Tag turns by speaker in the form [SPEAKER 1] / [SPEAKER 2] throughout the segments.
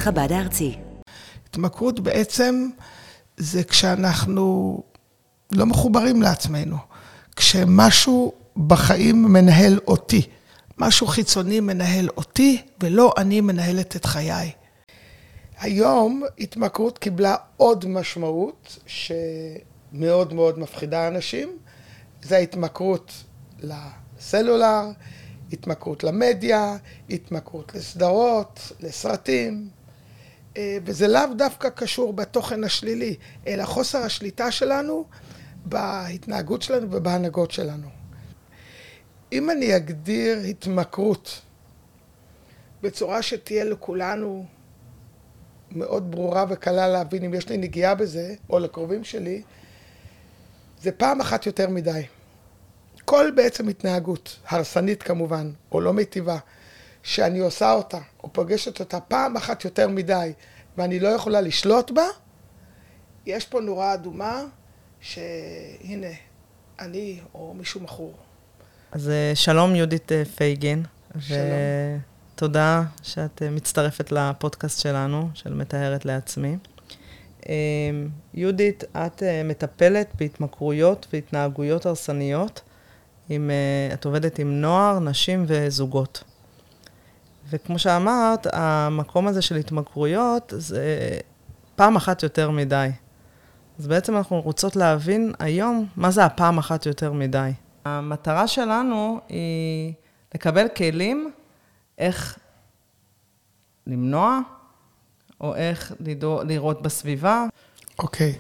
[SPEAKER 1] חב"ד הארצי.
[SPEAKER 2] התמכרות בעצם זה כשאנחנו לא מחוברים לעצמנו. כשמשהו בחיים מנהל אותי. משהו חיצוני מנהל אותי, ולא אני מנהלת את חיי. היום התמכרות קיבלה עוד משמעות שמאוד מאוד מפחידה אנשים. זה ההתמכרות לסלולר, התמכרות למדיה, התמכרות לסדרות, לסרטים. וזה לאו דווקא קשור בתוכן השלילי, אלא חוסר השליטה שלנו בהתנהגות שלנו ובהנהגות שלנו. אם אני אגדיר התמכרות בצורה שתהיה לכולנו מאוד ברורה וקלה להבין אם יש לי נגיעה בזה, או לקרובים שלי, זה פעם אחת יותר מדי. כל בעצם התנהגות, הרסנית כמובן, או לא מיטיבה, שאני עושה אותה, או פוגשת אותה פעם אחת יותר מדי, ואני לא יכולה לשלוט בה, יש פה נורה אדומה, שהנה, אני או מישהו מכור.
[SPEAKER 3] אז שלום יהודית פייגין.
[SPEAKER 2] שלום.
[SPEAKER 3] ותודה שאת מצטרפת לפודקאסט שלנו, של מטהרת לעצמי. יהודית, את מטפלת בהתמכרויות והתנהגויות הרסניות. את עובדת עם נוער, נשים וזוגות. וכמו שאמרת, המקום הזה של התמכרויות זה פעם אחת יותר מדי. אז בעצם אנחנו רוצות להבין היום מה זה הפעם אחת יותר מדי. המטרה שלנו היא לקבל כלים איך למנוע, או איך לראות בסביבה.
[SPEAKER 2] אוקיי.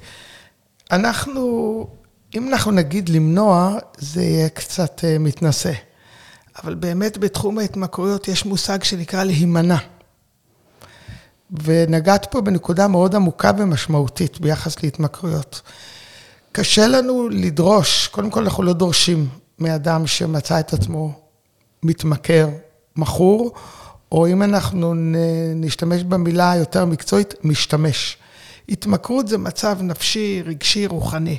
[SPEAKER 2] אם אנחנו נגיד למנוע, זה יהיה קצת מתנשא. אבל באמת בתחום ההתמכרויות יש מושג שנקרא להימנע. ונגעת פה בנקודה מאוד עמוקה ומשמעותית ביחס להתמכרויות. קשה לנו לדרוש, קודם כל אנחנו לא דורשים מאדם שמצא את עצמו מתמכר, מכור, או אם אנחנו נשתמש במילה יותר מקצועית, משתמש. התמכרות זה מצב נפשי, רגשי, רוחני.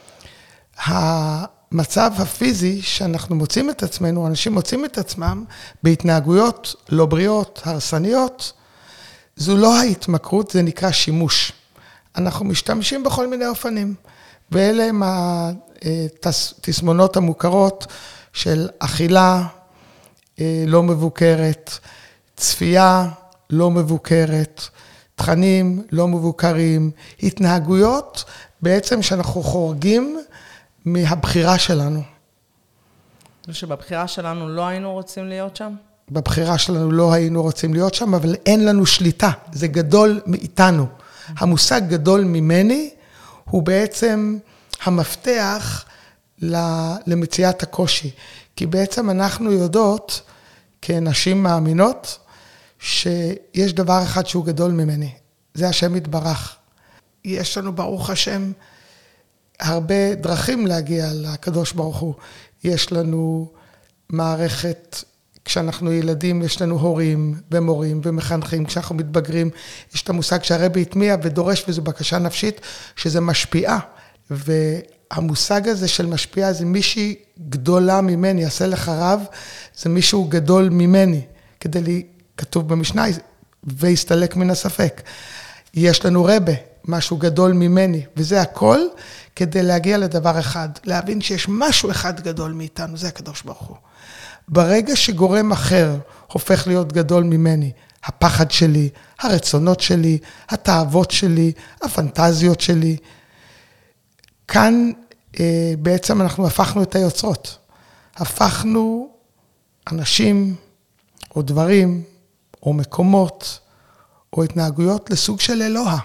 [SPEAKER 2] המצב הפיזי שאנחנו מוצאים את עצמנו, אנשים מוצאים את עצמם בהתנהגויות לא בריאות, הרסניות, זו לא ההתמכרות, זה נקרא שימוש. אנחנו משתמשים בכל מיני אופנים, ואלה הם התסמונות המוכרות של אכילה לא מבוקרת, צפייה לא מבוקרת, תכנים לא מבוקרים, התנהגויות בעצם שאנחנו חורגים מהבחירה שלנו.
[SPEAKER 3] שבבחירה שלנו לא היינו רוצים להיות שם?
[SPEAKER 2] בבחירה שלנו לא היינו רוצים להיות שם, אבל אין לנו שליטה, זה גדול מאיתנו. המושג גדול ממני הוא בעצם המפתח למציאת הקושי. כי בעצם אנחנו יודעות, כנשים מאמינות, שיש דבר אחד שהוא גדול ממני. זה השם יתברך. יש לנו ברוך השם הרבה דרכים להגיע לקדוש ברוך הוא. יש לנו מערכת, כשאנחנו ילדים יש לנו הורים ומורים ומחנכים. כשאנחנו מתבגרים יש את המושג שהרבי הטמיע ודורש, וזו בקשה נפשית, שזה משפיעה. והמושג הזה של משפיעה זה מישהי גדולה ממני, יעשה לך רב, זה מישהו גדול ממני. כתוב במשנה, והסתלק מן הספק. יש לנו רבה, משהו גדול ממני, וזה הכל כדי להגיע לדבר אחד, להבין שיש משהו אחד גדול מאיתנו, זה הקדוש ברוך הוא. ברגע שגורם אחר הופך להיות גדול ממני, הפחד שלי, הרצונות שלי, התאוות שלי, הפנטזיות שלי, כאן בעצם אנחנו הפכנו את היוצרות. הפכנו אנשים או דברים או מקומות או התנהגויות לסוג של אלוה.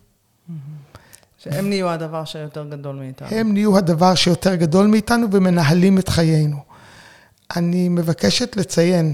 [SPEAKER 3] שהם נהיו הדבר שיותר גדול מאיתנו.
[SPEAKER 2] הם נהיו הדבר שיותר גדול מאיתנו ומנהלים את חיינו. אני מבקשת לציין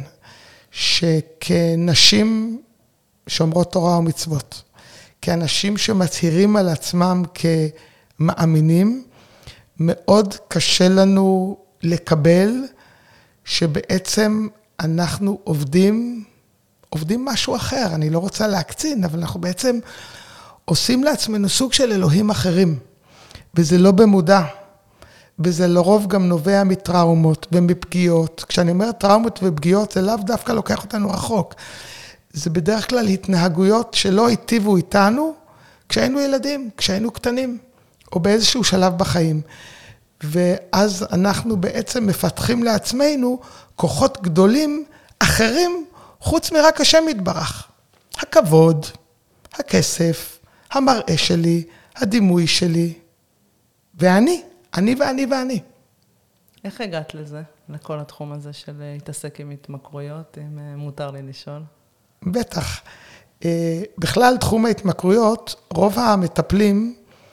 [SPEAKER 2] שכנשים שומרות תורה ומצוות, כאנשים שמצהירים על עצמם כמאמינים, מאוד קשה לנו לקבל שבעצם אנחנו עובדים משהו אחר. אני לא רוצה להקצין, אבל אנחנו בעצם עושים לעצמנו סוג של אלוהים אחרים, וזה לא במודע, וזה לרוב גם נובע מטראומות ומפגיעות. כשאני אומר טראומות ופגיעות, זה לאו דווקא לוקח אותנו רחוק. זה בדרך כלל התנהגויות שלא היטיבו איתנו כשהיינו ילדים, כשהיינו קטנים, או באיזשהו שלב בחיים. ואז אנחנו בעצם מפתחים לעצמנו כוחות גדולים אחרים, חוץ מרק השם יתברך. הכבוד, הכסף, המראה שלי, הדימוי שלי, ואני, אני.
[SPEAKER 3] איך הגעת לזה, לכל התחום הזה של להתעסק עם התמכרויות, אם מותר לי לשאול?
[SPEAKER 2] בטח. בכלל, תחום ההתמכרויות, רוב המטפלים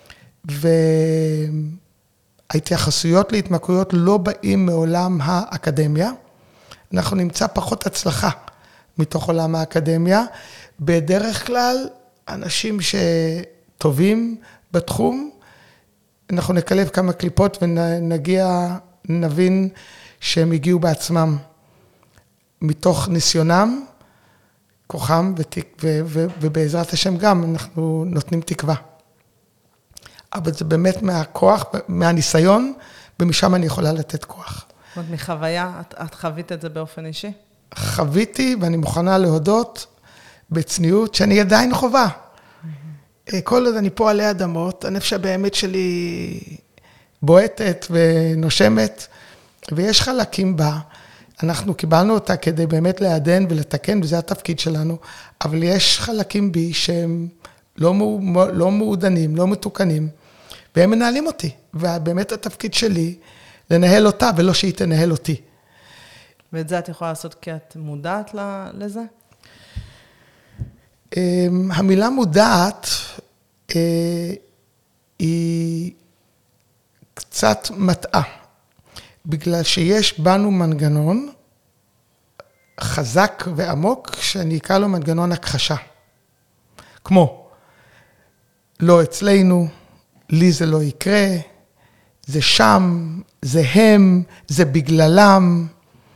[SPEAKER 2] וההתייחסויות להתמכרויות לא באים מעולם האקדמיה. אנחנו נמצא פחות הצלחה מתוך עולם האקדמיה. בדרך כלל, אנשים שטובים בתחום, אנחנו נקלב כמה קליפות נבין שהם הגיעו בעצמם מתוך ניסיונם, כוחם ובעזרת השם גם אנחנו נותנים תקווה. אבל זה באמת מהכוח, מהניסיון, ומשם אני יכולה לתת כוח.
[SPEAKER 3] זאת אומרת, מחוויה, את חווית את זה באופן אישי?
[SPEAKER 2] חוויתי, ואני מוכנה להודות בצניעות, שאני עדיין חובה. כל עוד אני פה עלי אדמות, הנפש הבאמת שלי בועטת ונושמת, ויש חלקים בה. אנחנו קיבלנו אותה כדי באמת לעדן ולתקן, וזה התפקיד שלנו, אבל יש חלקים בי שהם לא מעודנים, לא מתוקנים, והם מנהלים אותי, ובאמת התפקיד שלי לנהל אותה, ולא שהיא תנהל אותי.
[SPEAKER 3] ואת זה את יכולה לעשות כי את מודעת לזה?
[SPEAKER 2] המילה מודעת היא קצת מטעה, בגלל שיש בנו מנגנון חזק ועמוק, שאני אקרא לו מנגנון הכחשה. כמו, לא אצלנו, לי זה לא יקרה, זה שם, זה הם, זה בגללם.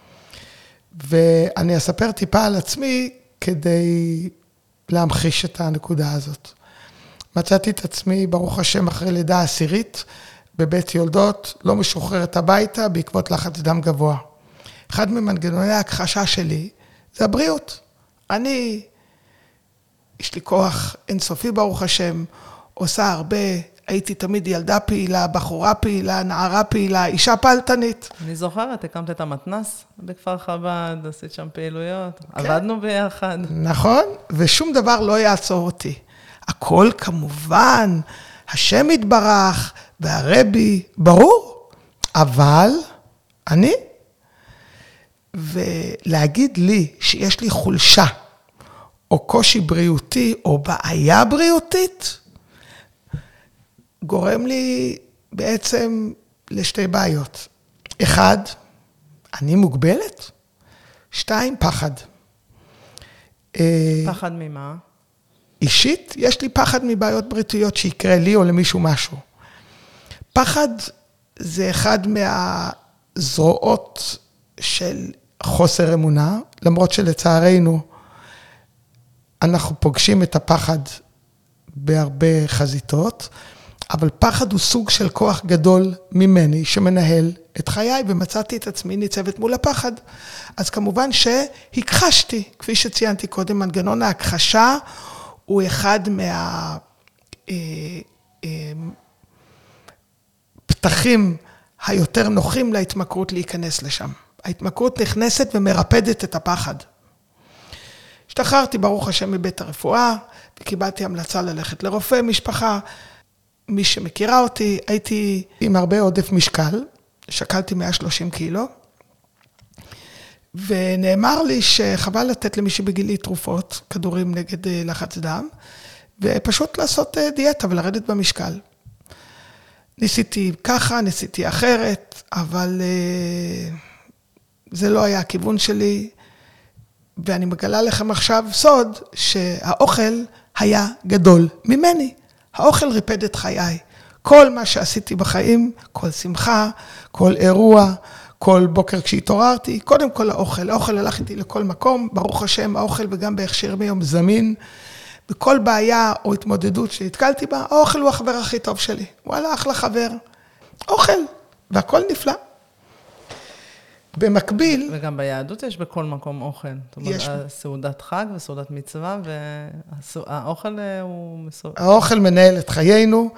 [SPEAKER 2] ואני אספר טיפה על עצמי כדי להמחיש את הנקודה הזאת. מצאתי את עצמי, ברוך השם, אחרי לידה עשירית, בבית יולדות, לא משוחררת הביתה, בעקבות לחץ דם גבוה. אחד ממנגנוני ההכחשה שלי, זה הבריאות. יש לי כוח אינסופי, ברוך השם, עושה הרבה, הייתי תמיד ילדה פעילה, בחורה פעילה, נערה פעילה, אישה פעלתנית.
[SPEAKER 3] אני זוכרת, הקמת את המתנ"ס בכפר חב"ד, עשית שם פעילויות, עבדנו ביחד.
[SPEAKER 2] נכון, ושום דבר לא יעצור אותי. הכל כמובן, השם יתברך, והרבי, ברור, אבל ולהגיד לי שיש לי חולשה, או קושי בריאותי, או בעיה בריאותית, גורם לי בעצם לשתי בעיות. אחד, אני מוגבלת. 2, פחד.
[SPEAKER 3] פחד ממה?
[SPEAKER 2] אישית, יש לי פחד מבעיות בריאותיות שיקרה לי או למישהו משהו. פחד זה אחד מהזרועות של חוסר אמונה, למרות שלצערנו אנחנו פוגשים את הפחד בהרבה חזיתות, אבל פחד הוא סוג של כוח גדול ממני שמנהל את חיי, ומצאתי את עצמי ניצבת מול הפחד. אז כמובן שהכחשתי, כפי שציינתי קודם, מנגנון ההכחשה הוא אחד מהפתחים היותר נוחים להתמכרות להיכנס לשם. ההתמכרות נכנסת ומרפדת את הפחד. השתחררתי ברוך השם מבית הרפואה, וקיבלתי המלצה ללכת לרופא משפחה. מי שמכירה אותי, הייתי עם הרבה עודף משקל, שקלתי 130 קילו, ונאמר לי שחבל לתת למישהי בגילי תרופות, כדורים נגד לחץ דם, ופשוט לעשות דיאטה ולרדת במשקל. ניסיתי ככה, ניסיתי אחרת, אבל זה לא היה הכיוון שלי, ואני מגלה לכם עכשיו סוד שהאוכל היה גדול ממני. האוכל ריפד את חיי. כל מה שעשיתי בחיים, כל שמחה, כל אירוע, כל בוקר כשהתעוררתי, קודם כל האוכל. האוכל הלך איתי לכל מקום, ברוך השם, האוכל וגם בהכשר מיום זמין. בכל בעיה או התמודדות שהתקלתי בה, האוכל הוא החבר הכי טוב שלי. וואלה, אחלה חבר. אוכל, והכל נפלא. במקביל...
[SPEAKER 3] וגם ביהדות יש בכל מקום אוכל. זאת אומרת, סעודת חג וסעודת מצווה, והאוכל הוא...
[SPEAKER 2] האוכל מנהל את חיינו.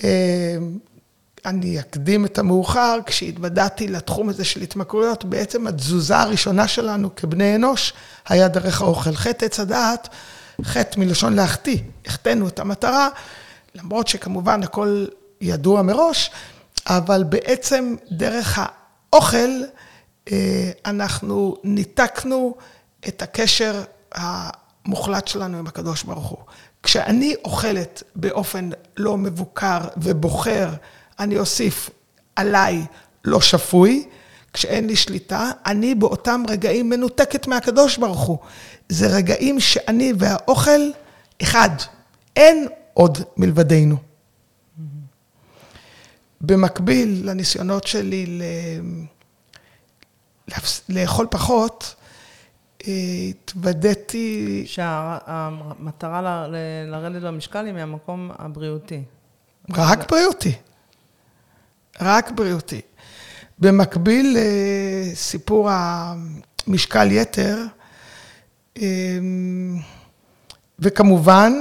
[SPEAKER 2] אני אקדים את המאוחר, כשהתוודעתי לתחום הזה של התמכרויות, בעצם התזוזה הראשונה שלנו כבני אנוש, היה דרך האוכל. חטא עץ הדעת, חטא מלשון להחטיא, החטאנו את המטרה, למרות שכמובן הכל ידוע מראש, אבל בעצם דרך האוכל, אנחנו ניתקנו את הקשר המוחלט שלנו עם הקדוש ברוך הוא. כשאני אוכלת באופן לא מבוקר ובוחר, אני אוסיף עליי לא שפוי, כשאין לי שליטה, אני באותם רגעים מנותקת מהקדוש ברוך הוא. זה רגעים שאני והאוכל אחד, אין עוד מלבדנו. במקביל לניסיונות שלי לאכול פחות, התוודעתי...
[SPEAKER 3] שהמטרה לרדת במשקל היא מהמקום הבריאותי.
[SPEAKER 2] רק בריאותי. רק בריאותי. במקביל לסיפור המשקל יתר, וכמובן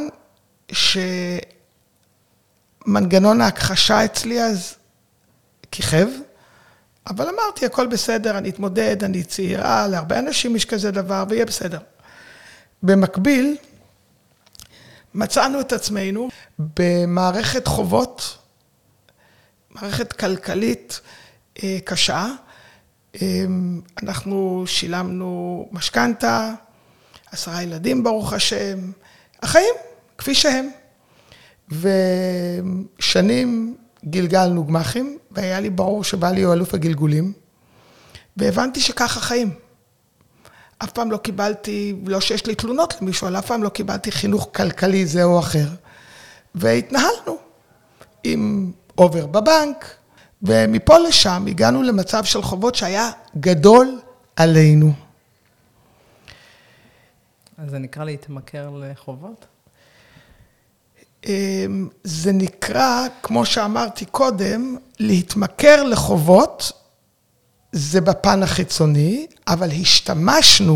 [SPEAKER 2] שמנגנון ההכחשה אצלי אז כיכב, אבל אמרתי, הכל בסדר, אני אתמודד, אני צעירה, להרבה אנשים יש כזה דבר, ויהיה בסדר. במקביל, מצאנו את עצמנו במערכת חובות, מערכת כלכלית קשה. אנחנו שילמנו משכנתה, 10 ילדים ברוך השם, החיים כפי שהם. ושנים גלגלנו גמחים, והיה לי ברור שבא לי אלוף הגלגולים, והבנתי שככה חיים. אף פעם לא קיבלתי, לא שיש לי תלונות למישהו, אבל אף פעם לא קיבלתי חינוך כלכלי זה או אחר. והתנהלנו עם אובר בבנק, ומפה לשם הגענו למצב של חובות שהיה גדול עלינו.
[SPEAKER 3] אז זה נקרא להתמכר לחובות?
[SPEAKER 2] זה נקרא, כמו שאמרתי קודם, להתמכר לחובות, זה בפן החיצוני, אבל השתמשנו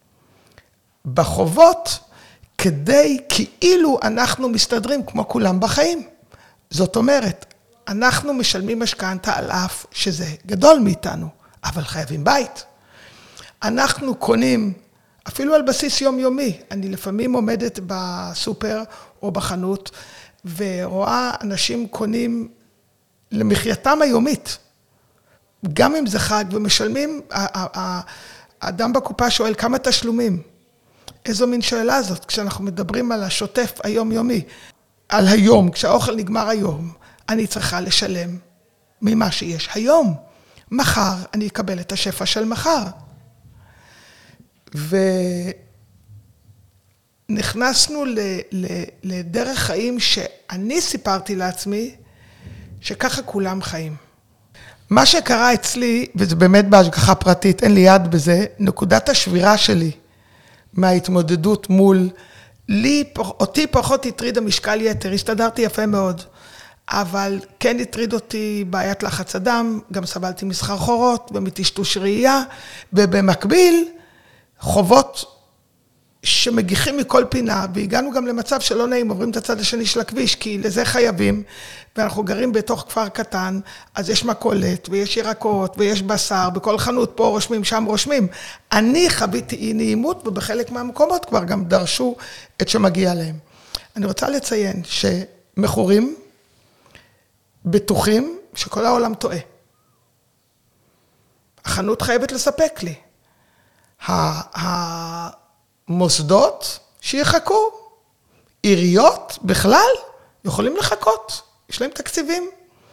[SPEAKER 2] בחובות כדי כאילו אנחנו מסתדרים כמו כולם בחיים. זאת אומרת, אנחנו משלמים משכנתה על אף שזה גדול מאיתנו, אבל חייבים בית. אנחנו קונים, אפילו על בסיס יומיומי, אני לפעמים עומדת בסופר או בחנות, ורואה אנשים קונים למחייתם היומית, גם אם זה חג, ומשלמים, האדם בקופה שואל כמה תשלומים. איזו מין שאלה זאת, כשאנחנו מדברים על השוטף היומיומי, על היום, כשהאוכל נגמר היום, אני צריכה לשלם ממה שיש היום. מחר אני אקבל את השפע של מחר. ונכנסנו לדרך חיים שאני סיפרתי לעצמי, שככה כולם חיים. מה שקרה אצלי, וזה באמת בהשגחה פרטית, אין לי יד בזה, נקודת השבירה שלי מההתמודדות מול, אותי פחות הטריד המשקל יתר, הסתדרתי יפה מאוד, אבל כן הטריד אותי בעיית לחץ הדם, גם סבלתי מסחרחורות ומטשטוש ראייה, ובמקביל חובות שמגיחים מכל פינה, והגענו גם למצב שלא נעים, עוברים את הצד השני של הכביש, כי לזה חייבים, ואנחנו גרים בתוך כפר קטן, אז יש מכולת, ויש ירקות, ויש בשר, בכל חנות פה רושמים, שם רושמים. אני חוויתי אי נעימות, ובחלק מהמקומות כבר גם דרשו את שמגיע להם. אני רוצה לציין שמכורים בטוחים שכל העולם טועה. החנות חייבת לספק לי. המוסדות שיחכו, עיריות בכלל יכולים לחכות, יש להם תקציבים.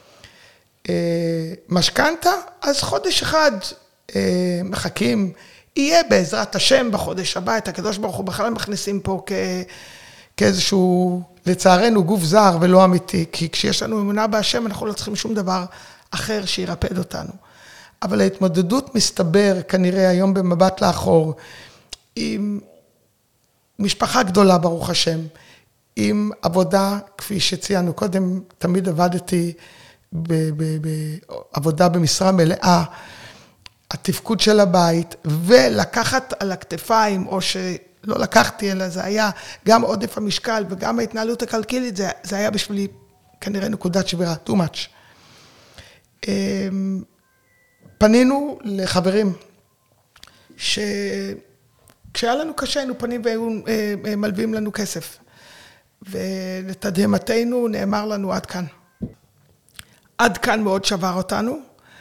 [SPEAKER 2] משכנתה, אז חודש אחד מחכים, יהיה בעזרת השם בחודש הבא, את הקדוש ברוך הוא בכלל מכניסים פה כאיזשהו, לצערנו, גוף זר ולא אמיתי, כי כשיש לנו אמונה בהשם אנחנו לא צריכים שום דבר אחר שירפד אותנו. אבל ההתמודדות מסתבר כנראה היום במבט לאחור, עם משפחה גדולה ברוך השם, עם עבודה, כפי שציינו קודם, תמיד עבדתי בעבודה במשרה מלאה, התפקוד של הבית, ולקחת על הכתפיים, או שלא לקחתי, אלא זה היה גם עודף המשקל, וגם ההתנהלות הכלכלית, זה היה בשבילי כנראה נקודת שבירה, too much. פנינו לחברים, כשהיה לנו קשה, היינו פנים והיו מלווים לנו כסף. ולתדהמתנו נאמר לנו עד כאן. עד כאן מאוד שבר אותנו.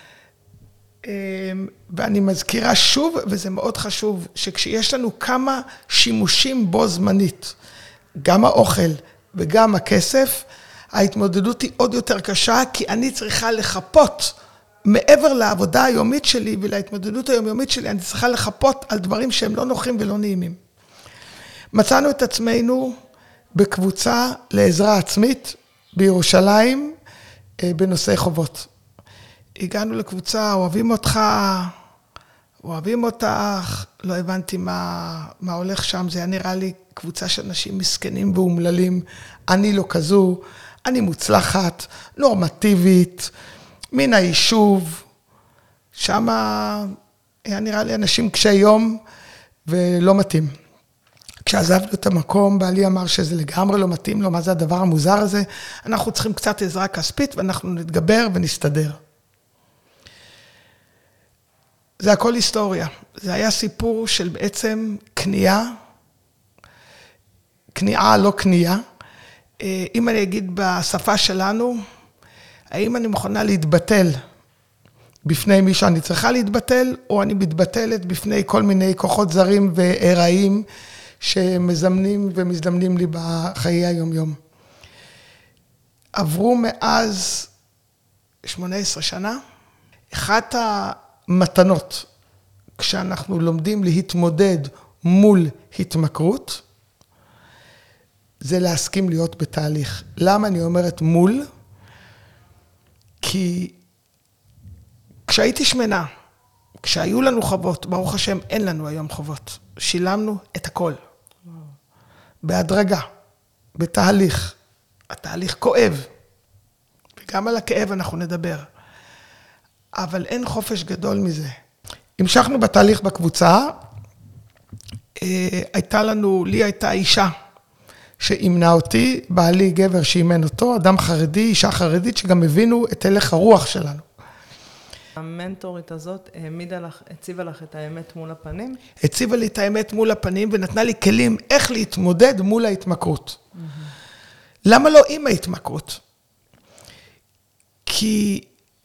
[SPEAKER 2] ואני מזכירה שוב, וזה מאוד חשוב, שכשיש לנו כמה שימושים בו זמנית, גם האוכל וגם הכסף, ההתמודדות היא עוד יותר קשה, כי אני צריכה לחפות, מעבר לעבודה היומית שלי ולהתמודדות היומיומית שלי, אני צריכה לחפות על דברים שהם לא נוחים ולא נעימים. מצאנו את עצמנו בקבוצה לעזרה עצמית בירושלים בנושא חובות. הגענו לקבוצה, אוהבים אותך, אוהבים אותך, לא הבנתי מה הולך שם, זה היה נראה לי קבוצה של אנשים מסכנים ואומללים, אני לא כזו, אני מוצלחת, נורמטיבית, מן היישוב, שם היה נראה לי אנשים קשי יום ולא מתאים. כשעזבנו את המקום, בעלי אמר שזה לגמרי לא מתאים לו, מה זה הדבר המוזר הזה, אנחנו צריכים קצת עזרה כספית ואנחנו נתגבר ונסתדר. זה הכל היסטוריה, זה היה סיפור של בעצם קנייה, לא קנייה. אם אני אגיד בשפה שלנו, האם אני מוכנה להתבטל בפני מי שאני צריכה להתבטל, או אני מתבטלת בפני כל מיני כוחות זרים והיראים שמזמנים ומזדמנים לי בחיי היום-יום. עברו מאז 18 שנה, אחת המתנות, כשאנחנו לומדים להתמודד מול התמכרות, זה להסכים להיות בתהליך. למה אני אומרת מול? כי כשהייתי שמנה, כשהיו לנו חובות, ברוך השם אין לנו היום חובות, שילמנו את הכל. בהדרגה, בתהליך. התהליך כואב, וגם על הכאב אנחנו נדבר. אבל אין חופש גדול מזה. המשכנו בתהליך בקבוצה, לי הייתה אישה שאימנה אותי, בעלי גבר שאימן אותו, אדם חרדי, אישה חרדית, שגם הבינו את הלך הרוח שלנו.
[SPEAKER 3] המנטורית הזאת הציבה לך את האמת מול הפנים?
[SPEAKER 2] הציבה לי את האמת מול הפנים, ונתנה לי כלים איך להתמודד מול ההתמכרות. למה לא עם ההתמכרות? כי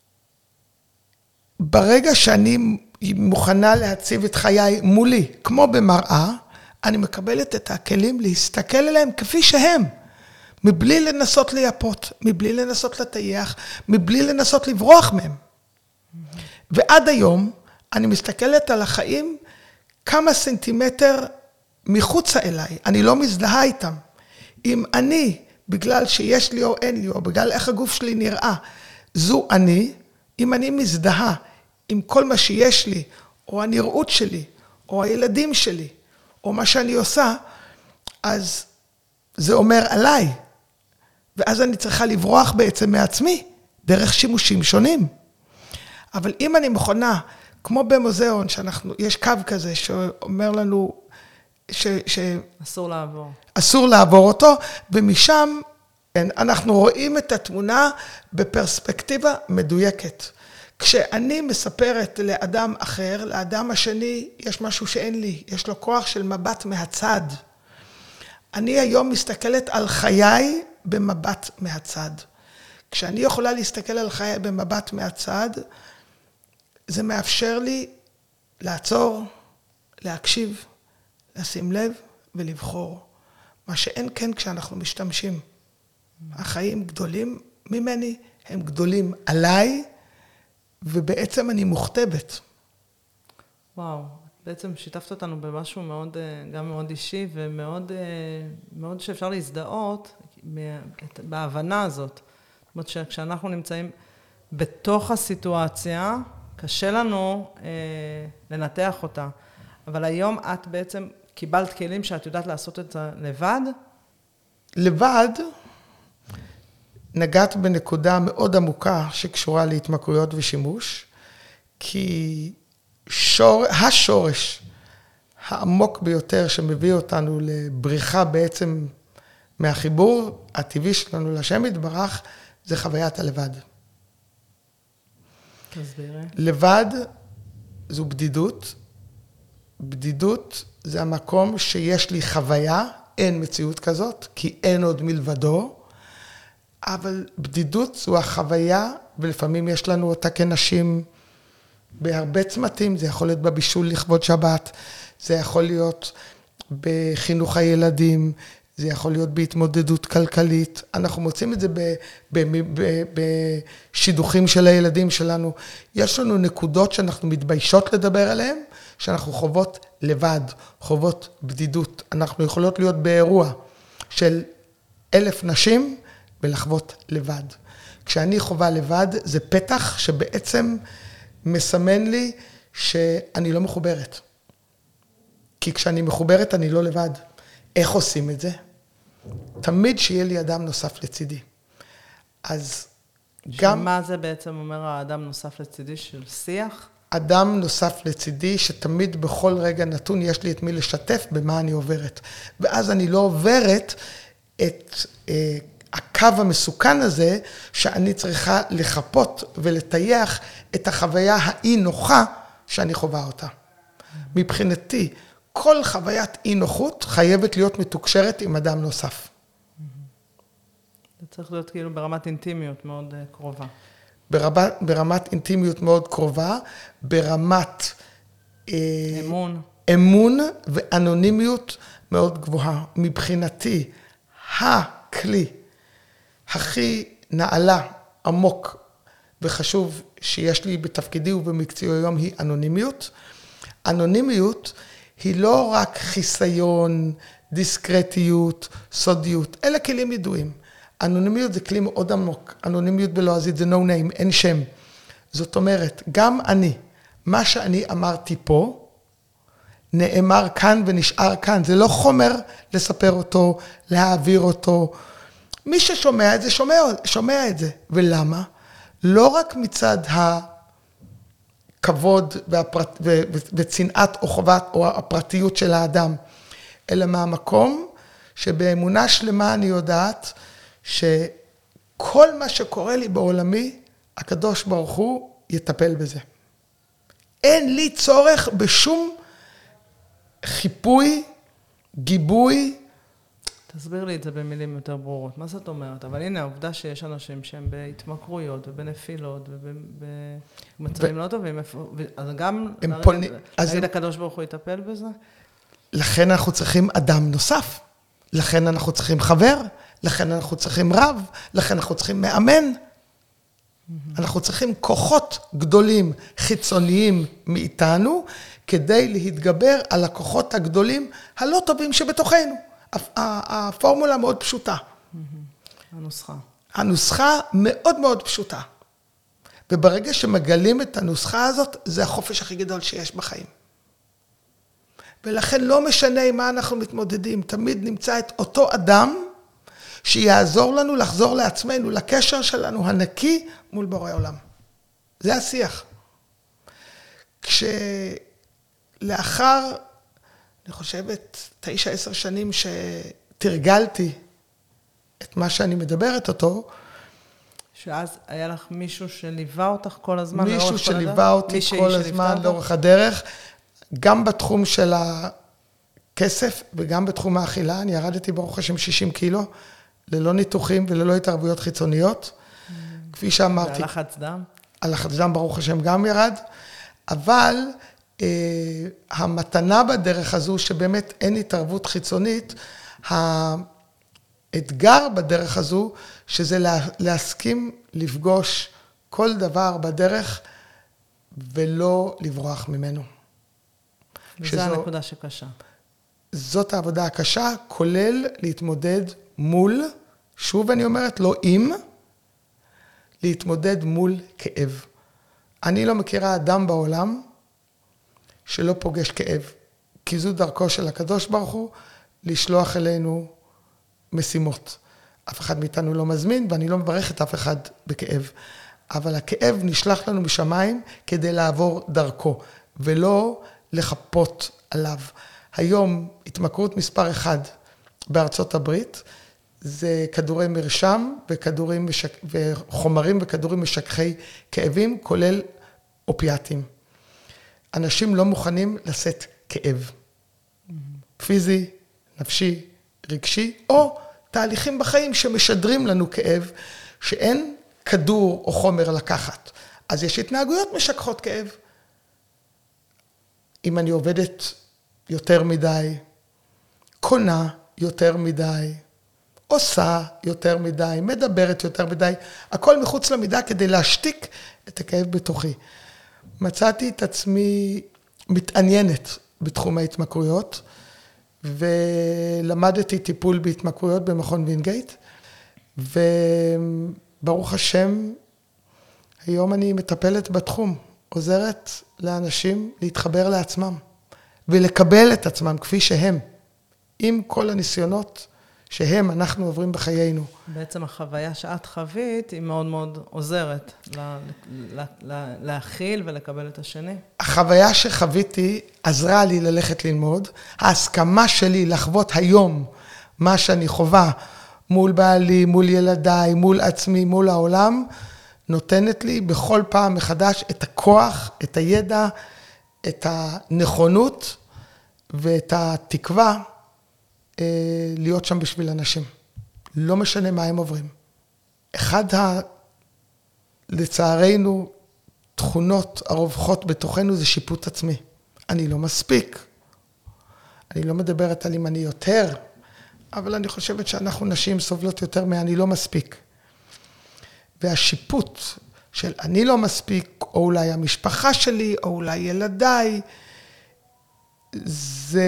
[SPEAKER 2] ברגע שאני מוכנה להציב את חיי מולי, כמו במראה, אני מקבלת את הכלים להסתכל עליהם כפי שהם, מבלי לנסות לייפות, מבלי לנסות לטייח, מבלי לנסות לברוח מהם. ועד היום אני מסתכלת על החיים כמה סנטימטר מחוצה אליי, אני לא מזדהה איתם. אם אני, בגלל שיש לי או אין לי, או בגלל איך הגוף שלי נראה, זו אני, אם אני מזדהה עם כל מה שיש לי, או הנראות שלי, או הילדים שלי, או מה שאני עושה, אז זה אומר עליי. ואז אני צריכה לברוח בעצם מעצמי, דרך שימושים שונים. אבל אם אני מכונה, כמו במוזיאון, יש קו כזה שאומר לנו
[SPEAKER 3] אסור לעבור.
[SPEAKER 2] אסור לעבור אותו, ומשם אנחנו רואים את התמונה בפרספקטיבה מדויקת. כשאני מספרת לאדם אחר, לאדם השני, יש משהו שאין לי, יש לו כוח של מבט מהצד. אני היום מסתכלת על חיי במבט מהצד. כשאני יכולה להסתכל על חיי במבט מהצד, זה מאפשר לי לעצור, להקשיב, לשים לב ולבחור. מה שאין כן כשאנחנו משתמשים. החיים גדולים ממני, הם גדולים עליי, ובעצם אני מוכתבת.
[SPEAKER 3] וואו, בעצם שיתפת אותנו במשהו מאוד, גם מאוד אישי, ומאוד מאוד שאפשר להזדהות בהבנה הזאת. זאת אומרת שכשאנחנו נמצאים בתוך הסיטואציה, קשה לנו לנתח אותה. אבל היום את בעצם קיבלת כלים שאת יודעת לעשות את זה לבד?
[SPEAKER 2] לבד נגעת בנקודה מאוד עמוקה שקשורה להתמכרויות ושימוש, כי השורש העמוק ביותר שמביא אותנו לבריחה בעצם מהחיבור הטבעי שלנו לשם יתברך, זה חוויית הלבד.
[SPEAKER 3] תסבירי.
[SPEAKER 2] לבד זו בדידות. בדידות זה המקום שיש לי חוויה, אין מציאות כזאת, כי אין עוד מלבדו, אבל בדידות זו החוויה, ולפעמים יש לנו אותה כנשים בהרבה צמתים, זה יכול להיות בבישול לכבוד שבת, זה יכול להיות בחינוך הילדים, זה יכול להיות בהתמודדות כלכלית, אנחנו מוצאים את זה בשידוכים של הילדים שלנו, יש לנו נקודות שאנחנו מתביישות לדבר עליהן, שאנחנו חוות לבד, חוות בדידות, אנחנו יכולות להיות באירוע של 1,000 נשים ולחוות לבד. כשאני חווה לבד זה פתח שבעצם מסמן לי שאני לא מחוברת. כי כשאני מחוברת אני לא לבד. איך עושים את זה? תמיד שיהיה לי אדם נוסף לצידי. אז גם...
[SPEAKER 3] מה זה בעצם אומר האדם נוסף לצידי של שיח?
[SPEAKER 2] אדם נוסף לצידי שתמיד בכל רגע נתון יש לי את מי לשתף במה אני עוברת. ואז אני לא עוברת את הקו המסוכן הזה שאני צריכה לחפות ולטייח את החוויה האי נוחה שאני חווה אותה. מבחינתי, כל חוויית אי נוחות חייבת להיות מתוקשרת עם אדם נוסף.
[SPEAKER 3] זה צריך להיות כאילו ברמת אינטימיות מאוד קרובה.
[SPEAKER 2] ברמת אינטימיות מאוד קרובה, ברמת אמון ואנונימיות מאוד גבוהה. מבחינתי, הכלי הכי נעלה, עמוק וחשוב שיש לי בתפקידי ובמקצועי היום היא אנונימיות. אנונימיות היא לא רק חיסיון, דיסקרטיות, סודיות, אלה כלים ידועים. אנונימיות זה כלי מאוד עמוק, אנונימיות בלועזית זה no name, אין שם. זאת אומרת, גם אני, מה שאני אמרתי פה, נאמר כאן ונשאר כאן, זה לא חומר לספר אותו, להעביר אותו. מי ששומע את זה, שומע את זה. ולמה? לא רק מצד הכבוד וצנעת או חובת או הפרטיות של האדם, אלא מהמקום שבאמונה שלמה אני יודעת שכל מה שקורה לי בעולמי, הקדוש ברוך הוא יטפל בזה. אין לי צורך בשום חיפוי, גיבוי.
[SPEAKER 3] תסביר לי את זה במילים יותר ברורות. מה זאת אומרת? אבל הנה, העובדה שיש אנשים שהם בהתמכרויות ובנפילות ובמצבים לא טובים, אז גם להגיד הקדוש ברוך הוא יטפל בזה?
[SPEAKER 2] לכן אנחנו צריכים אדם נוסף. לכן אנחנו צריכים חבר. לכן אנחנו צריכים רב. לכן אנחנו צריכים מאמן. אנחנו צריכים כוחות גדולים, חיצוניים מאיתנו, כדי להתגבר על הכוחות הגדולים הלא טובים שבתוכנו. הפורמולה מאוד פשוטה.
[SPEAKER 3] הנוסחה.
[SPEAKER 2] הנוסחה מאוד מאוד פשוטה. וברגע שמגלים את הנוסחה הזאת, זה החופש הכי גדול שיש בחיים. ולכן לא משנה עם מה אנחנו מתמודדים, תמיד נמצא את אותו אדם שיעזור לנו לחזור לעצמנו, לקשר שלנו הנקי מול בורא עולם. זה השיח. כשלאחר, אני חושבת, 9-10 שנים שתרגלתי את מה שאני מדברת אותו,
[SPEAKER 3] שאז היה לך מישהו שליווה אותך כל הזמן?
[SPEAKER 2] מישהו שליווה אותי כל הזמן לאורך הדרך, גם בתחום של הכסף וגם בתחום האכילה, אני ירדתי ברוך השם 60 קילו, ללא ניתוחים וללא התערבויות חיצוניות, כפי שאמרתי.
[SPEAKER 3] והלחץ דם?
[SPEAKER 2] הלחץ דם ברוך השם גם ירד, אבל המתנה בדרך הזו שבאמת אין התערבות חיצונית, האתגר בדרך הזו שזה להסכים לפגוש כל דבר בדרך ולא לברוח ממנו.
[SPEAKER 3] וזו הנקודה שקשה.
[SPEAKER 2] זאת העבודה הקשה, כולל להתמודד מול, שוב אני אומרת, לא עם, להתמודד מול כאב. אני לא מכירה אדם בעולם שלא פוגש כאב, כי זו דרכו של הקדוש ברוך הוא לשלוח אלינו משימות. אף אחד מאיתנו לא מזמין, ואני לא מברך את אף אחד בכאב. אבל הכאב נשלח לנו משמיים כדי לעבור דרכו. ולא לחפות עליו. היום התמכרות מספר 1 בארצות הברית, זה כדורי מרשם וחומרים וכדורים משככי כאבים, כולל אופיאטים. אנשים לא מוכנים לשאת כאב. פיזי, נפשי, רגשי, או תהליכים בחיים שמשדרים לנו כאב, שאין כדור או חומר לקחת. אז יש התנהגויות משככות כאב. אם אני עובדת יותר מדי, קונה יותר מדי, עושה יותר מדי, מדברת יותר מדי, הכל מחוץ למידה כדי להשתיק את הכאב בתוכי. מצאתי את עצמי מתעניינת בתחום ההתמכרויות, ולמדתי טיפול בהתמכרויות במכון וינגייט, וברוך השם, היום אני מטפלת בתחום, עוזרת לאנשים להתחבר לעצמם, ולקבל את עצמם כפי שהם, עם כל הניסיונות אנחנו עוברים בחיינו.
[SPEAKER 3] בעצם החוויה שאת חווית היא מאוד מאוד עוזרת להכיל ולקבל את השני.
[SPEAKER 2] החוויה שחוויתי עזרה לי ללכת ללמוד. ההסכמה שלי לחוות היום מה שאני חווה מול בעלי, מול ילדיי, מול עצמי, מול העולם, נותנת לי בכל פעם מחדש את הכוח, את הידע, את הנכונות ואת התקווה להיות שם בשביל אנשים. לא משנה מה הם עוברים. לצערנו, תכונות הרווחות בתוכנו זה שיפוט עצמי. אני לא מספיק. אני לא מדברת על אם אני יותר, אבל אני חושבת שאנחנו נשים סובלות יותר אני לא מספיק. והשיפוט של אני לא מספיק, או אולי המשפחה שלי, או אולי ילדיי, זה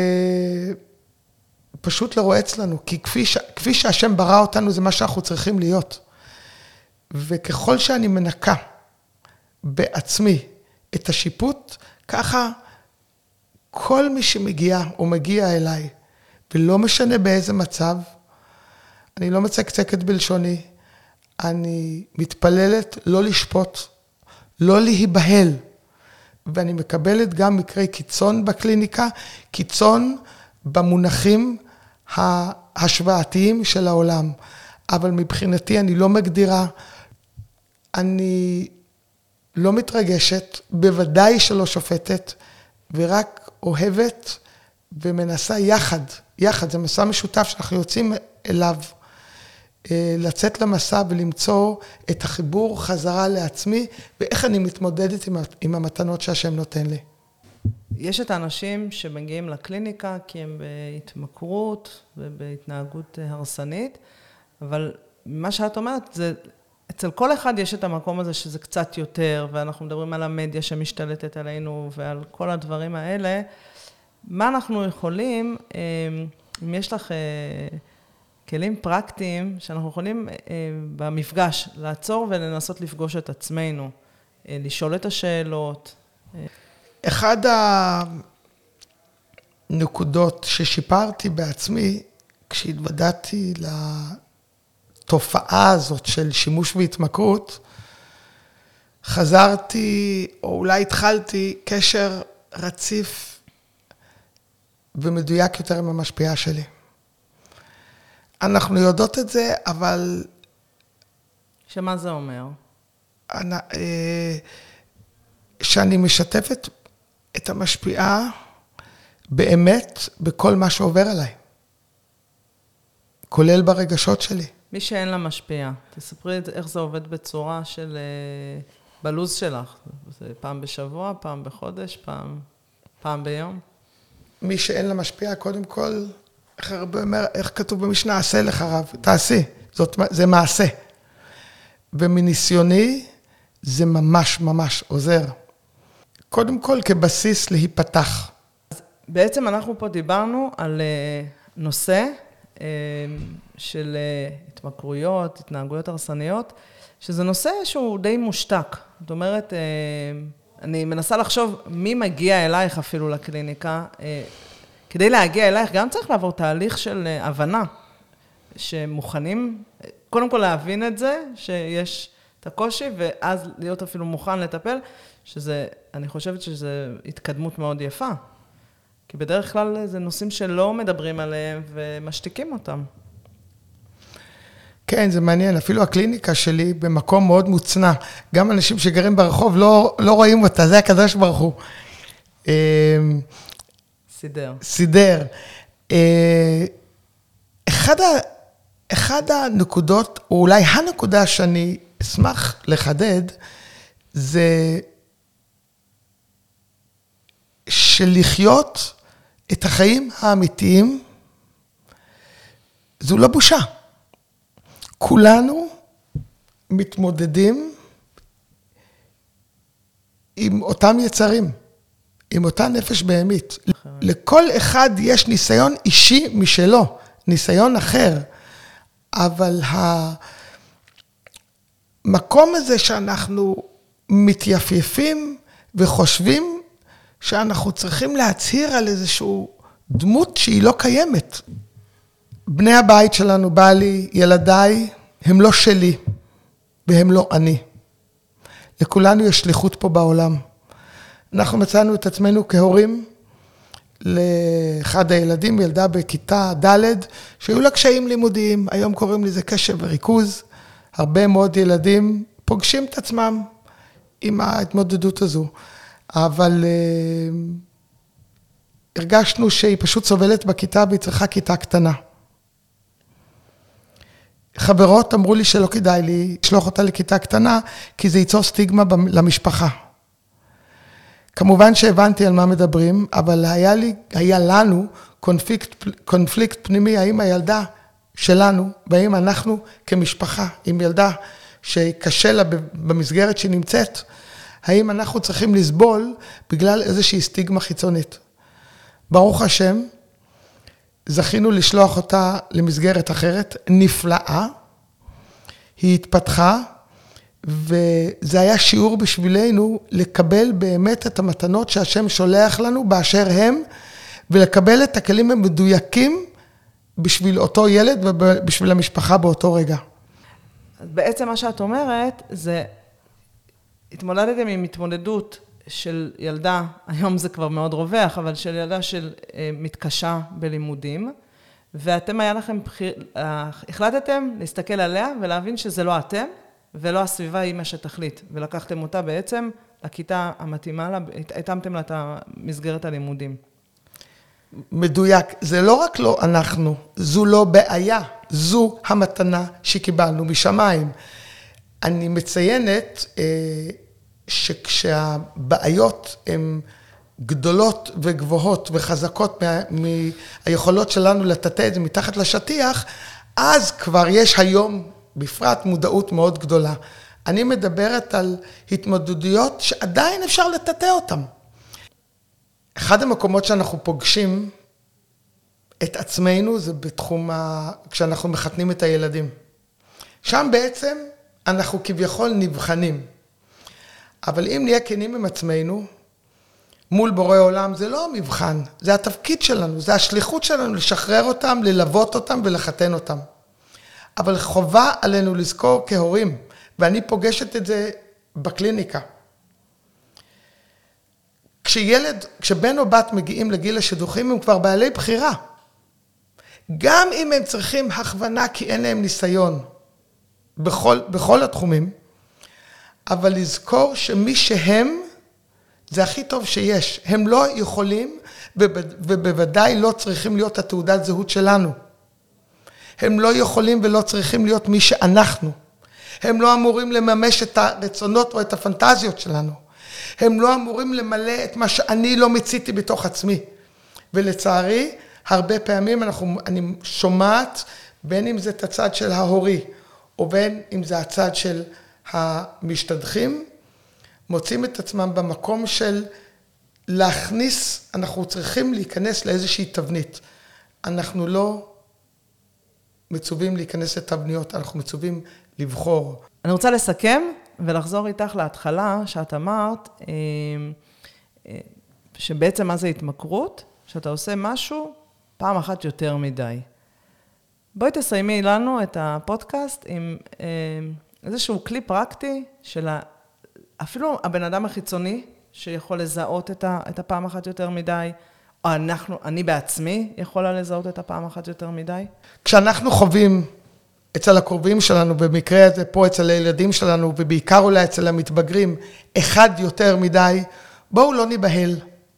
[SPEAKER 2] פשוט לרועץ לנו, כי כפי שהשם ברא אותנו זה מה שאנחנו צריכים להיות. וככל שאני מנקה בעצמי את השיפוט, ככה כל מי שמגיע או מגיע אליי, ולא משנה באיזה מצב, אני לא מצקצקת בלשוני, אני מתפללת לא לשפוט, לא להיבהל, ואני מקבלת גם מקרי קיצון בקליניקה, קיצון במונחים ההשוואתיים של העולם. אבל מבחינתי אני לא מגדירה, אני לא מתרגשת, בוודאי שלא שופטת, ורק אוהבת ומנסה יחד, זה מסע משותף שאנחנו יוצאים אליו, לצאת למסע ולמצוא את החיבור חזרה לעצמי, ואיך אני מתמודדת עם המתנות שהשם נותן לי.
[SPEAKER 3] יש את האנשים שמגיעים לקליניקה כי הם בהתמכרות ובהתנהגות הרסנית, אבל מה שאת אומרת זה, אצל כל אחד יש את המקום הזה שזה קצת יותר, ואנחנו מדברים על המדיה שמשתלטת עלינו ועל כל הדברים האלה. מה אנחנו יכולים, אם יש לך כלים פרקטיים שאנחנו יכולים במפגש לעצור ולנסות לפגוש את עצמנו, לשאול את השאלות.
[SPEAKER 2] אחד הנקודות ששיפרתי בעצמי, כשהתוודעתי לתופעה הזאת של שימוש והתמכרות, חזרתי, או אולי התחלתי, קשר רציף ומדויק יותר עם המשפיעה שלי. אנחנו יודעות את זה, אבל
[SPEAKER 3] שמה זה אומר?
[SPEAKER 2] שאני משתפת את המשפיעה באמת בכל מה שעובר עליי. כולל ברגשות שלי.
[SPEAKER 3] מי שאין לה משפיעה, תספרי איך זה עובד בצורה של בלוז שלך. זה פעם בשבוע, פעם בחודש, פעם ביום?
[SPEAKER 2] מי שאין לה משפיעה, קודם כל, איך כתוב במשנה, עשה לך רב, תעשי, זה מעשה. ומניסיוני, זה ממש ממש עוזר. קודם כל, כבסיס להיפתח.
[SPEAKER 3] אז בעצם אנחנו פה דיברנו על נושא של התמכרויות, התנהגויות הרסניות, שזה נושא שהוא די מושתק. זאת אומרת, אני מנסה לחשוב מי מגיע אלייך אפילו לקליניקה. כדי להגיע אלייך גם צריך לעבור תהליך של הבנה, שמוכנים, קודם כל להבין את זה, שיש את הקושי, ואז להיות אפילו מוכן לטפל, שזה ואני חושבת שזו התקדמות מאוד יפה. כי בדרך כלל זה נושאים שלא מדברים עליהם ומשתיקים אותם.
[SPEAKER 2] כן, זה מעניין. אפילו הקליניקה שלי במקום מאוד מוצנע. גם אנשים שגרים ברחוב לא רואים אותה, זה הקדוש ברוך הוא. סידר. אחד הנקודות, או אולי הנקודה שאני אשמח לחדד, זה שלחיות את החיים האמיתיים, זו לא בושה. כולנו מתמודדים עם אותם יצרים, עם אותה נפש בהמית. לכל אחד יש ניסיון אישי משלו, ניסיון אחר, אבל המקום הזה שאנחנו מתייפייפים וחושבים שאנחנו צריכים להצהיר על איזשהו דמות שהיא לא קיימת. בני הבית שלנו, בעלי, ילדיי, הם לא שלי והם לא אני. לכולנו יש שליחות פה בעולם. אנחנו מצאנו את עצמנו כהורים לאחד הילדים, ילדה בכיתה ד' שהיו לה קשיים לימודיים, היום קוראים לזה קשב וריכוז. הרבה מאוד ילדים פוגשים את עצמם עם ההתמודדות הזו, אבל הרגשנו שהיא פשוט סובלת בכיתה והיא צריכה כיתה קטנה. חברות אמרו לי שלא כדאי לי לשלוח אותה לכיתה קטנה, כי זה ייצור סטיגמה למשפחה. כמובן שהבנתי על מה מדברים, אבל היה לנו קונפליקט פנימי, האם הילדה שלנו, והאם אנחנו כמשפחה, עם ילדה שקשה לה במסגרת שהיא נמצאת, האם אנחנו צריכים לסבול בגלל איזושהי סטיגמה חיצונית. ברוך השם, זכינו לשלוח אותה למסגרת אחרת, נפלאה, היא התפתחה, וזה היה שיעור בשבילנו לקבל באמת את המתנות שהשם שולח לנו באשר הם, ולקבל את הכלים המדויקים בשביל אותו ילד ובשביל המשפחה באותו רגע.
[SPEAKER 3] אז בעצם מה שאת אומרת זה, התמודדתם עם התמודדות של ילדה, היום זה כבר מאוד רווח, אבל של ילדה של מתקשה בלימודים, ואתם היה לכם, החלטתם להסתכל עליה ולהבין שזה לא אתם, ולא הסביבה היא מה שתחליט, ולקחתם אותה בעצם לכיתה המתאימה, התאמתם לה את מסגרת הלימודים.
[SPEAKER 2] מדויק, זה לא רק לא אנחנו, זו לא בעיה, זו המתנה שקיבלנו משמיים. אני מציינת שכשהבעיות הן גדולות וגבוהות וחזקות מהיכולות שלנו לטאטא את זה מתחת לשטיח, אז כבר יש היום בפרט מודעות מאוד גדולה. אני מדברת על התמודדויות שעדיין אפשר לטאטא אותן. אחד המקומות שאנחנו פוגשים את עצמנו זה בתחום כשאנחנו מחתנים את הילדים. שם בעצם אנחנו כביכול נבחנים. אבל אם נהיה כנים עם עצמנו, מול בורא עולם, זה לא המבחן, זה התפקיד שלנו, זה השליחות שלנו לשחרר אותם, ללוות אותם ולחתן אותם. אבל חובה עלינו לזכור כהורים, ואני פוגשת את זה בקליניקה. כשבן או בת מגיעים לגיל השידוכים, הם כבר בעלי בחירה. גם אם הם צריכים הכוונה, כי אין להם ניסיון בכל התחומים, אבל לזכור שמי שהם, זה הכי טוב שיש. הם לא יכולים, ובוודאי לא צריכים להיות התעודת זהות שלנו. הם לא יכולים ולא צריכים להיות מי שאנחנו. הם לא אמורים לממש את הרצונות או את הפנטזיות שלנו. הם לא אמורים למלא את מה שאני לא מציתי בתוך עצמי. ולצערי, הרבה פעמים אני שומעת, בין אם זה את הצד של ההורי, או בין אם זה הצד של המשתדכים, מוצאים את עצמם במקום של להכניס, אנחנו צריכים להיכנס לאיזושהי תבנית. אנחנו לא מצווים להיכנס לתבניות, אנחנו מצווים לבחור.
[SPEAKER 3] אני רוצה לסכם ולחזור איתך להתחלה, שאת אמרת, שבעצם מה זה התמכרות? שאתה עושה משהו פעם אחת יותר מדי. בואי תסיימי לנו את הפודקאסט עם איזשהו כלי פרקטי של אפילו הבן אדם החיצוני שיכול לזהות את הפעם אחת יותר מדי, או אני בעצמי יכולה לזהות את הפעם אחת יותר מדי?
[SPEAKER 2] כשאנחנו חווים אצל הקרובים שלנו, במקרה הזה פה אצל הילדים שלנו, ובעיקר אולי אצל המתבגרים, אחד יותר מדי, בואו לא ניבהל.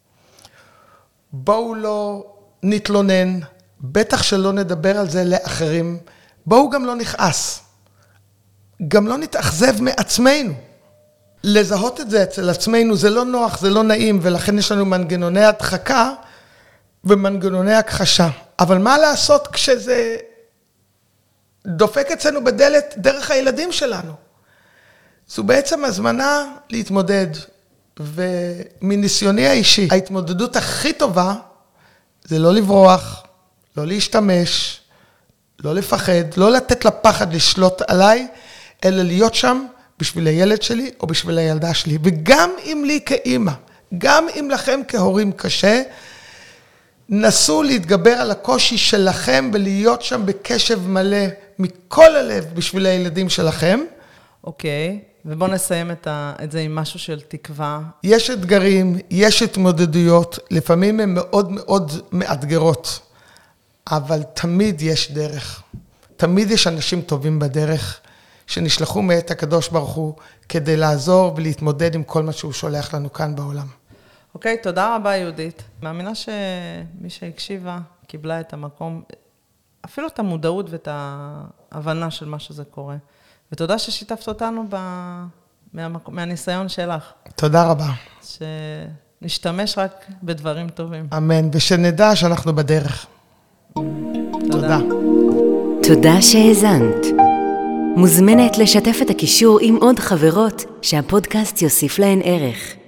[SPEAKER 2] בואו לא נתלונן, בטח שלא נדבר על זה לאחרים. בואו גם לא נכעס. גם לא נתאכזב מעצמנו. לזהות את זה אצל עצמנו זה לא נוח, זה לא נעים, ולכן יש לנו מנגנוני הדחקה ומנגנוני הכחשה. אבל מה לעשות כשזה דופק אצלנו בדלת דרך הילדים שלנו? זו בעצם הזמנה להתמודד, ומניסיוני האישי, ההתמודדות הכי טובה זה לא לברוח, לא להשתמש, לא לפחד, לא לתת לפחד לשלוט עליי, אלא להיות שם בשביל הילד שלי או בשביל הילדה שלי. וגם אם לי כאימא, גם אם לכם כהורים קשה, נסו להתגבר על הקושי שלכם ולהיות שם בקשב מלא מכל הלב בשביל הילדים שלכם.
[SPEAKER 3] אוקיי, ובואו נסיים את זה עם משהו של תקווה.
[SPEAKER 2] יש אתגרים, יש התמודדויות, לפעמים הן מאוד מאוד מאתגרות, אבל תמיד יש דרך. תמיד יש אנשים טובים בדרך, שנשלחו מאת הקדוש ברוך הוא, כדי לעזור ולהתמודד עם כל מה שהוא שולח לנו כאן בעולם.
[SPEAKER 3] אוקיי, תודה רבה יהודית. מאמינה שמי שהקשיבה קיבלה את המקום, אפילו את המודעות ואת ההבנה של מה שזה קורה. ותודה ששיתפת אותנו מהניסיון שלך.
[SPEAKER 2] תודה רבה.
[SPEAKER 3] שנשתמש רק בדברים טובים.
[SPEAKER 2] אמן, ושנדע שאנחנו בדרך. תודה.
[SPEAKER 1] תודה שהאזנת. מוזמנת לשתף את הקישור עם עוד חברות שהפודקאסט יוסיף להן ערך.